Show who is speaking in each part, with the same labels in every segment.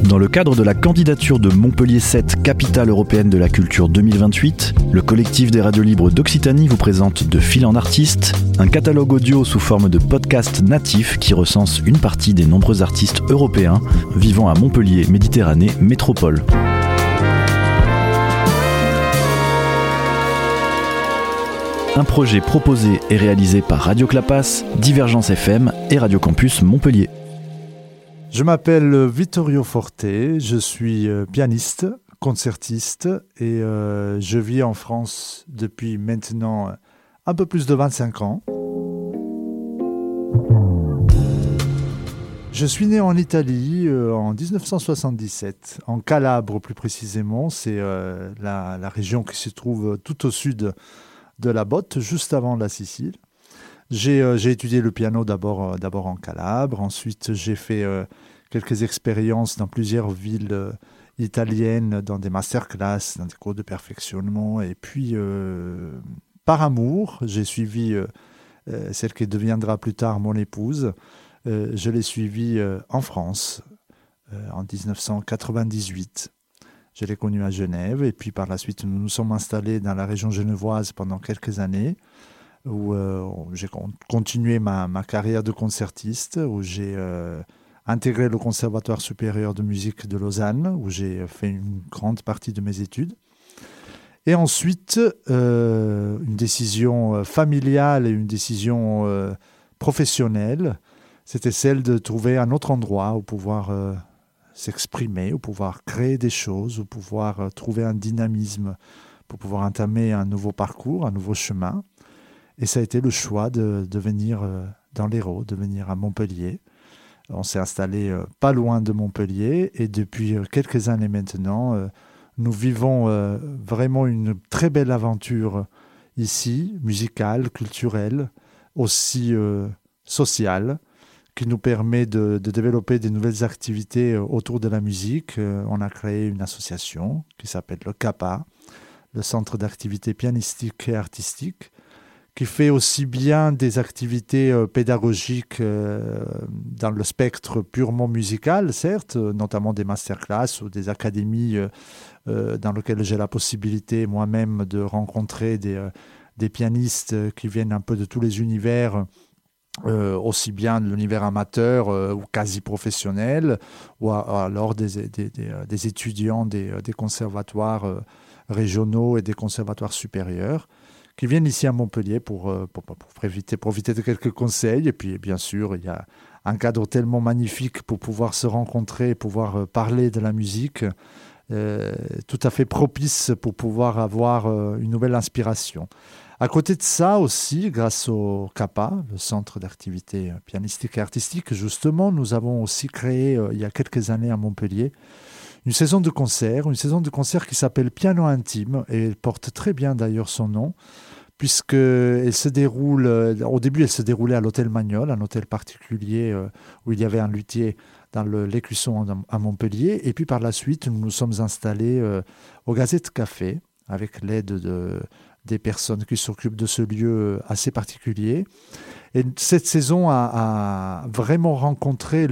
Speaker 1: Dans le cadre de la candidature de Montpellier 7 Capitale européenne de la culture 2028, le collectif des radios libres d'Occitanie vous présente De fil en artiste, un catalogue audio sous forme de podcast natif qui recense une partie des nombreux artistes européens vivant à Montpellier, Méditerranée, métropole. Un projet proposé et réalisé par Radio Clapas, Divergence FM et Radio Campus Montpellier.
Speaker 2: Je m'appelle Vittorio Forte, je suis pianiste, concertiste et je vis en France depuis maintenant un peu plus de 25 ans. Je suis né en Italie en 1977, en Calabre plus précisément, c'est la région qui se trouve tout au sud de la Botte, juste avant la Sicile. J'ai étudié le piano d'abord en Calabre, ensuite j'ai fait quelques expériences dans plusieurs villes italiennes, dans des masterclass, dans des cours de perfectionnement, et puis par amour, j'ai suivi celle qui deviendra plus tard mon épouse. Je l'ai suivie en France en 1998. Je l'ai connue à Genève et puis par la suite nous nous sommes installés dans la région genevoise pendant quelques années où j'ai continué ma carrière de concertiste, où j'ai intégré le Conservatoire supérieur de musique de Lausanne, où j'ai fait une grande partie de mes études. Et ensuite, une décision familiale et une décision professionnelle, c'était celle de trouver un autre endroit où pouvoir s'exprimer, où pouvoir créer des choses, où pouvoir trouver un dynamisme pour pouvoir entamer un nouveau parcours, un nouveau chemin. Et ça a été le choix de venir dans l'Hérault, de venir à Montpellier. On s'est installé pas loin de Montpellier et depuis quelques années maintenant, nous vivons vraiment une très belle aventure ici, musicale, culturelle, aussi sociale, qui nous permet de développer des nouvelles activités autour de la musique. On a créé une association qui s'appelle le CAPA, le Centre d'activités pianistiques et artistiques, qui fait aussi bien des activités pédagogiques dans le spectre purement musical, certes, notamment des masterclass ou des académies dans lesquelles j'ai la possibilité moi-même de rencontrer des pianistes qui viennent un peu de tous les univers, aussi bien de l'univers amateur ou quasi professionnel, ou alors des étudiants des conservatoires régionaux et des conservatoires supérieurs, qui viennent ici à Montpellier pour profiter de quelques conseils. Et puis, bien sûr, il y a un cadre tellement magnifique pour pouvoir se rencontrer, pouvoir parler de la musique, tout à fait propice pour pouvoir avoir une nouvelle inspiration. À côté de ça aussi, grâce au CAPA, le Centre d'activités pianistiques et artistiques, justement, nous avons aussi créé, il y a quelques années à Montpellier, une saison de concert qui s'appelle Piano Intime, et elle porte très bien d'ailleurs son nom, puisque elle se déroule, au début elle se déroulait à l'hôtel Magnol, un hôtel particulier où il y avait un luthier dans l'Écusson à Montpellier, et puis par la suite nous nous sommes installés au Gazette Café, avec l'aide des personnes qui s'occupent de ce lieu assez particulier. Et cette saison a vraiment rencontré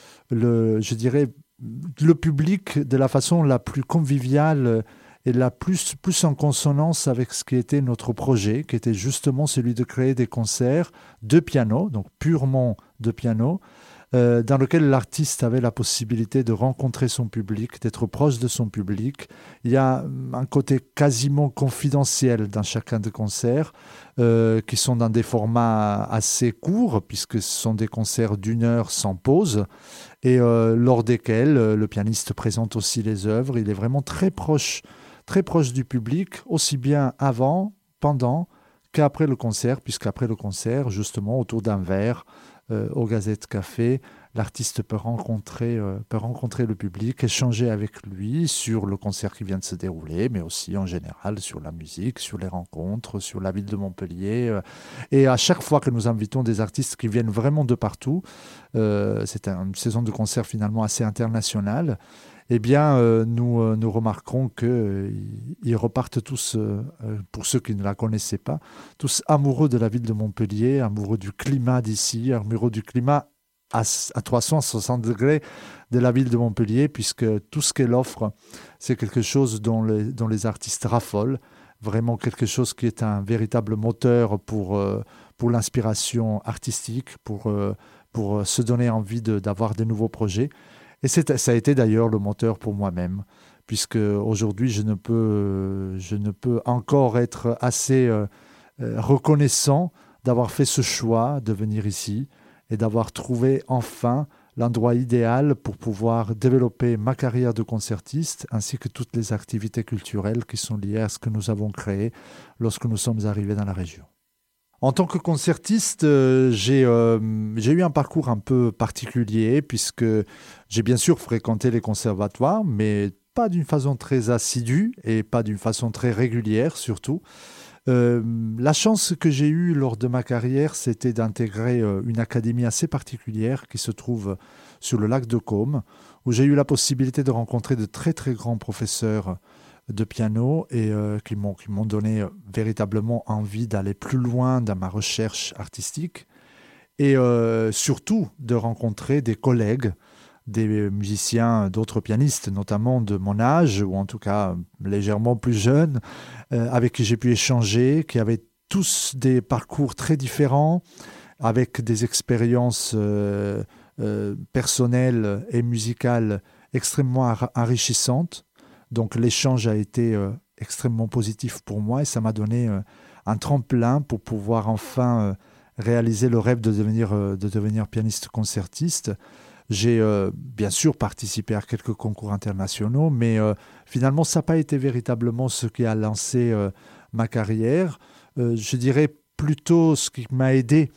Speaker 2: je dirais, le public de la façon la plus conviviale et la plus en consonance avec ce qui était notre projet, qui était justement celui de créer des concerts de piano, donc purement de piano, dans lequel l'artiste avait la possibilité de rencontrer son public, d'être proche de son public. Il y a un côté quasiment confidentiel dans chacun des concerts, qui sont dans des formats assez courts, puisque ce sont des concerts d'1 heure sans pause, et lors desquels le pianiste présente aussi les œuvres. Il est vraiment très proche du public, aussi bien avant, pendant qu'après le concert, puisqu'après le concert, justement, autour d'un verre, au Gazette Café, l'artiste peut rencontrer le public, échanger avec lui sur le concert qui vient de se dérouler, mais aussi en général sur la musique, sur les rencontres, sur la ville de Montpellier. Et à chaque fois que nous invitons des artistes qui viennent vraiment de partout, c'est une saison de concert finalement assez internationale, eh bien, nous remarquerons qu'ils repartent tous, pour ceux qui ne la connaissaient pas, tous amoureux de la ville de Montpellier, amoureux du climat d'ici, amoureux du climat à 360 degrés de la ville de Montpellier, puisque tout ce qu'elle offre, c'est quelque chose dont les artistes raffolent, vraiment quelque chose qui est un véritable moteur pour l'inspiration artistique, pour se donner envie d'avoir de nouveaux projets. Et ça a été d'ailleurs le moteur pour moi-même, puisque aujourd'hui, je ne peux encore être assez reconnaissant d'avoir fait ce choix de venir ici et d'avoir trouvé enfin l'endroit idéal pour pouvoir développer ma carrière de concertiste ainsi que toutes les activités culturelles qui sont liées à ce que nous avons créé lorsque nous sommes arrivés dans la région. En tant que concertiste, j'ai eu un parcours un peu particulier puisque j'ai bien sûr fréquenté les conservatoires, mais pas d'une façon très assidue et pas d'une façon très régulière surtout. La chance que j'ai eue lors de ma carrière, c'était d'intégrer une académie assez particulière qui se trouve sur le lac de Caume, où j'ai eu la possibilité de rencontrer de très très grands professeurs de piano et qui m'ont donné véritablement envie d'aller plus loin dans ma recherche artistique et surtout de rencontrer des collègues, des musiciens, d'autres pianistes, notamment de mon âge, ou en tout cas légèrement plus jeunes, avec qui j'ai pu échanger, qui avaient tous des parcours très différents, avec des expériences personnelles et musicales extrêmement enrichissantes. Donc l'échange a été extrêmement positif pour moi et ça m'a donné un tremplin pour pouvoir enfin réaliser le rêve de devenir pianiste concertiste. J'ai bien sûr participé à quelques concours internationaux, mais finalement, ça n'a pas été véritablement ce qui a lancé ma carrière. Je dirais plutôt ce qui m'a aidé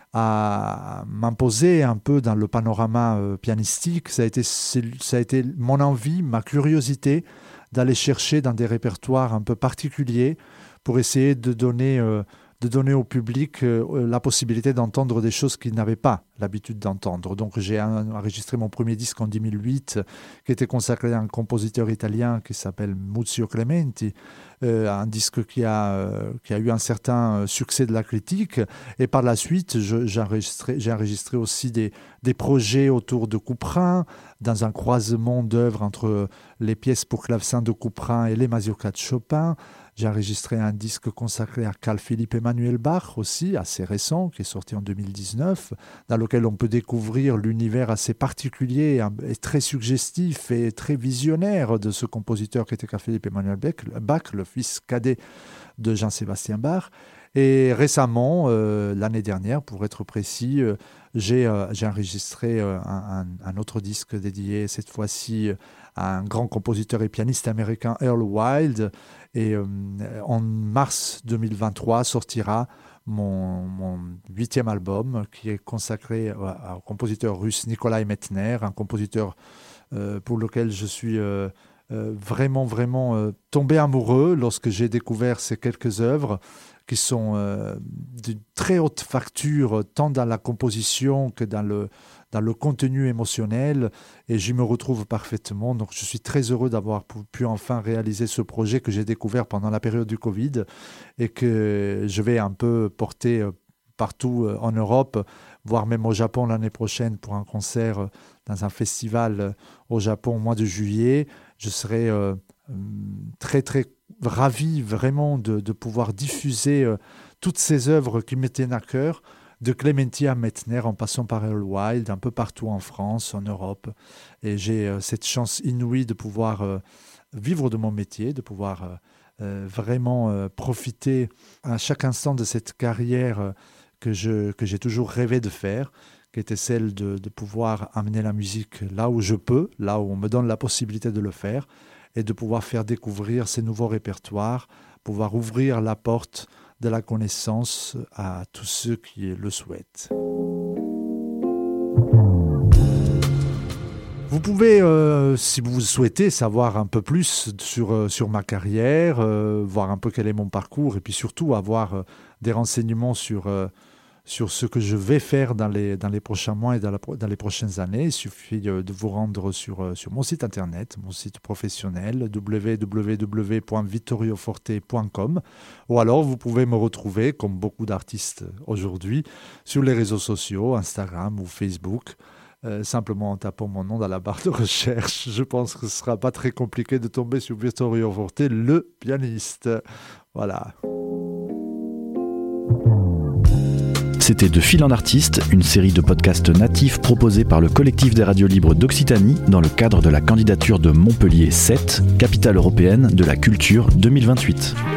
Speaker 2: à m'imposer un peu dans le panorama pianistique. Ça a été mon envie, ma curiosité d'aller chercher dans des répertoires un peu particuliers pour essayer de donner au public la possibilité d'entendre des choses qu'ils n'avaient pas l'habitude d'entendre. Donc j'ai enregistré mon premier disque en 2008 qui était consacré à un compositeur italien qui s'appelle Muzio Clementi, un disque qui a eu un certain succès de la critique. Et par la suite, j'ai enregistré aussi des projets autour de Couperin, dans un croisement d'œuvres entre les pièces pour clavecin de Couperin et les Mazurkas de Chopin. J'ai enregistré un disque consacré à Carl Philipp Emanuel Bach aussi, assez récent, qui est sorti en 2019, dans lequel on peut découvrir l'univers assez particulier et très suggestif et très visionnaire de ce compositeur qui était Carl Philipp Emanuel Bach, le fils cadet de Jean-Sébastien Bach. Et récemment, l'année dernière, pour être précis, j'ai enregistré un autre disque dédié cette fois-ci à un grand compositeur et pianiste américain, Earl Wild. Et en mars 2023 sortira mon 8e album qui est consacré au compositeur russe Nikolai Metner, un compositeur pour lequel je suis vraiment tombé amoureux lorsque j'ai découvert ces quelques œuvres qui sont de très haute facture, tant dans la composition que dans le contenu émotionnel, et je me retrouve parfaitement. Donc je suis très heureux d'avoir pu enfin réaliser ce projet que j'ai découvert pendant la période du Covid et que je vais un peu porter partout en Europe, voire même au Japon l'année prochaine pour un concert dans un festival au Japon au mois de juillet. Je serai très ravi vraiment de pouvoir diffuser toutes ces œuvres qui me tiennent à cœur, de Clementi à Metner en passant par Earl Wild, un peu partout en France, en Europe. Et j'ai cette chance inouïe de pouvoir vivre de mon métier, de pouvoir vraiment profiter à chaque instant de cette carrière que j'ai toujours rêvé de faire, qui était celle de pouvoir amener la musique là où je peux, là où on me donne la possibilité de le faire, et de pouvoir faire découvrir ces nouveaux répertoires, pouvoir ouvrir la porte de la connaissance à tous ceux qui le souhaitent. Vous pouvez, si vous souhaitez, savoir un peu plus sur ma carrière, voir un peu quel est mon parcours, et puis surtout avoir des renseignements sur sur ce que je vais faire dans les prochains mois et dans les prochaines années, il suffit de vous rendre sur mon site internet, mon site professionnel, www.vittorioforte.com, ou alors vous pouvez me retrouver, comme beaucoup d'artistes aujourd'hui, sur les réseaux sociaux, Instagram ou Facebook, simplement en tapant mon nom dans la barre de recherche. Je pense que ce ne sera pas très compliqué de tomber sur Vittorio Forte, le pianiste. Voilà.
Speaker 1: C'était De Fil en Artiste, une série de podcasts natifs proposés par le collectif des radios libres d'Occitanie dans le cadre de la candidature de Montpellier 7, capitale européenne de la culture 2028.